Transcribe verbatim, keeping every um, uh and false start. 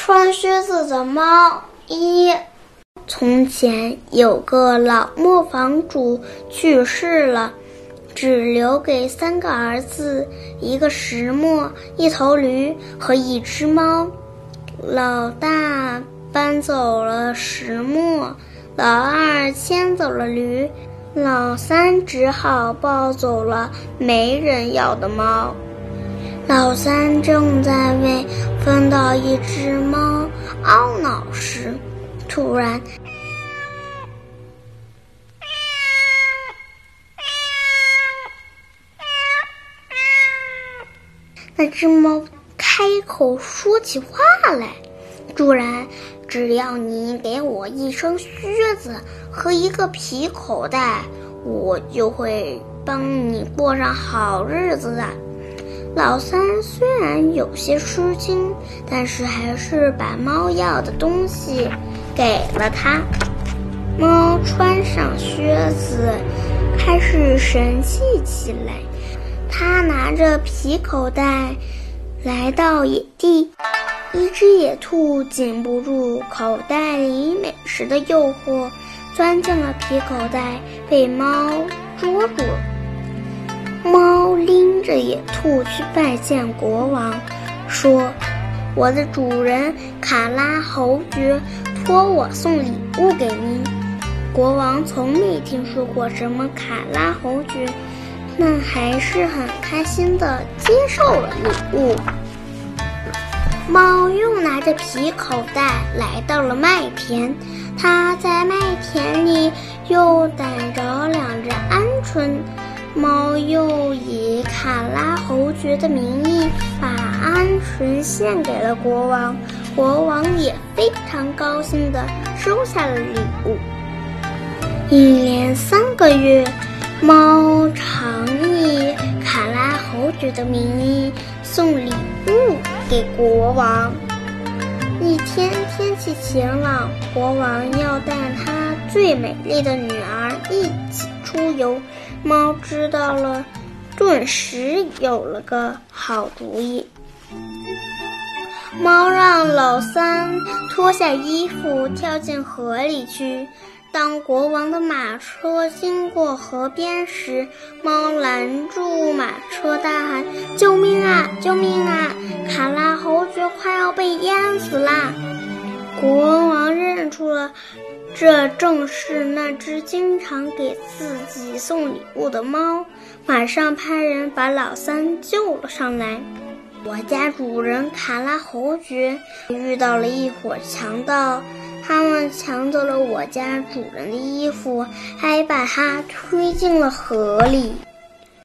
穿靴子的猫一。从前有个老磨坊主去世了，只留给三个儿子，一个石磨，一头驴和一只猫。老大搬走了石磨，老二牵走了驴，老三只好抱走了没人要的猫。老三正在为分到一只猫懊恼时，突然那只猫开口说起话来：主人，只要你给我一双靴子和一个皮口袋，我就会帮你过上好日子的。老三虽然有些吃惊，但是还是把猫要的东西给了他。猫穿上靴子，开始神气起来。他拿着皮口袋来到野地，一只野兔禁不住口袋里美食的诱惑，钻进了皮口袋，被猫捉住了。猫拎着野兔去拜见国王，说：我的主人卡拉侯爵托我送礼物给您。国王从没听说过什么卡拉侯爵，但还是很开心地接受了礼物。猫又拿着皮口袋来到了麦田，它在麦田里又逮着两只鹌鹑。猫又以卡拉侯爵的名义把鹌鹑献给了国王，国王也非常高兴地收下了礼物。一连三个月，猫常以卡拉侯爵的名义送礼物给国王。一天天气晴朗，国王要带他最美丽的女儿一起出游。猫知道了，顿时有了个好主意。猫让老三脱下衣服跳进河里去。当国王的马车经过河边时，猫拦住马车大喊：救命啊！救命啊！卡拉侯爵快要被淹死啦！国王认出了这正是那只经常给自己送礼物的猫，马上派人把老三救了上来。我家主人卡拉侯爵遇到了一伙强盗，他们抢走了我家主人的衣服，还把他推进了河里。